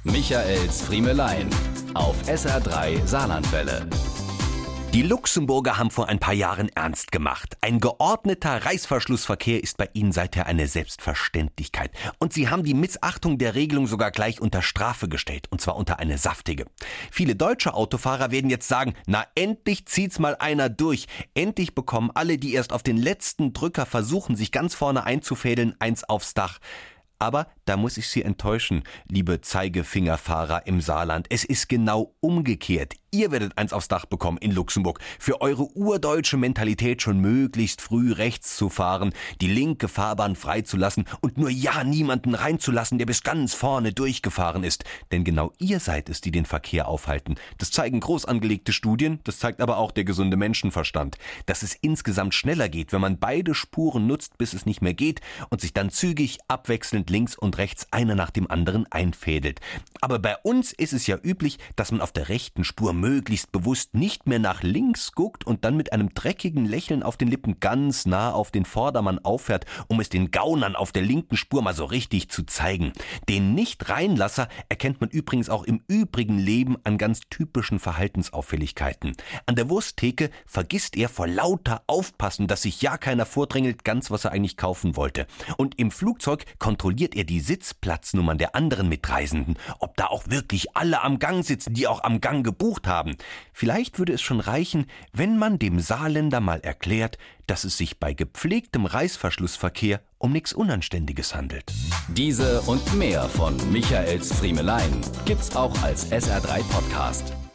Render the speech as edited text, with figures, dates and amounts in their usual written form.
Michaels Friemelein auf SR3 Saarlandwelle. Die Luxemburger haben vor ein paar Jahren ernst gemacht. Ein geordneter Reißverschlussverkehr ist bei ihnen seither eine Selbstverständlichkeit. Und sie haben die Missachtung der Regelung sogar gleich unter Strafe gestellt, und zwar unter eine saftige. Viele deutsche Autofahrer werden jetzt sagen, na endlich zieht's mal einer durch. Endlich bekommen alle, die erst auf den letzten Drücker versuchen, sich ganz vorne einzufädeln, eins aufs Dach. Aber da muss ich Sie enttäuschen, liebe Zeigefingerfahrer im Saarland. Es ist genau umgekehrt. Ihr werdet eins aufs Dach bekommen in Luxemburg. Für eure urdeutsche Mentalität schon möglichst früh rechts zu fahren, die linke Fahrbahn freizulassen und nur ja niemanden reinzulassen, der bis ganz vorne durchgefahren ist. Denn genau ihr seid es, die den Verkehr aufhalten. Das zeigen groß angelegte Studien, das zeigt aber auch der gesunde Menschenverstand. Dass es insgesamt schneller geht, wenn man beide Spuren nutzt, bis es nicht mehr geht und sich dann zügig abwechselnd links und rechts einer nach dem anderen einfädelt. Aber bei uns ist es ja üblich, dass man auf der rechten Spur möglichst bewusst nicht mehr nach links guckt und dann mit einem dreckigen Lächeln auf den Lippen ganz nah auf den Vordermann auffährt, um es den Gaunern auf der linken Spur mal so richtig zu zeigen. Den Nicht-Reinlasser erkennt man übrigens auch im übrigen Leben an ganz typischen Verhaltensauffälligkeiten. An der Wursttheke vergisst er vor lauter Aufpassen, dass sich ja keiner vordrängelt, ganz was er eigentlich kaufen wollte. Und im Flugzeug kontrolliert er die Sitzplatznummern der anderen Mitreisenden, ob da auch wirklich alle am Gang sitzen, die auch am Gang gebucht haben. Vielleicht würde es schon reichen, wenn man dem Saarländer mal erklärt, dass es sich bei gepflegtem Reißverschlussverkehr um nichts Unanständiges handelt. Diese und mehr von Michaels Friemelein gibt's auch als SR3 Podcast.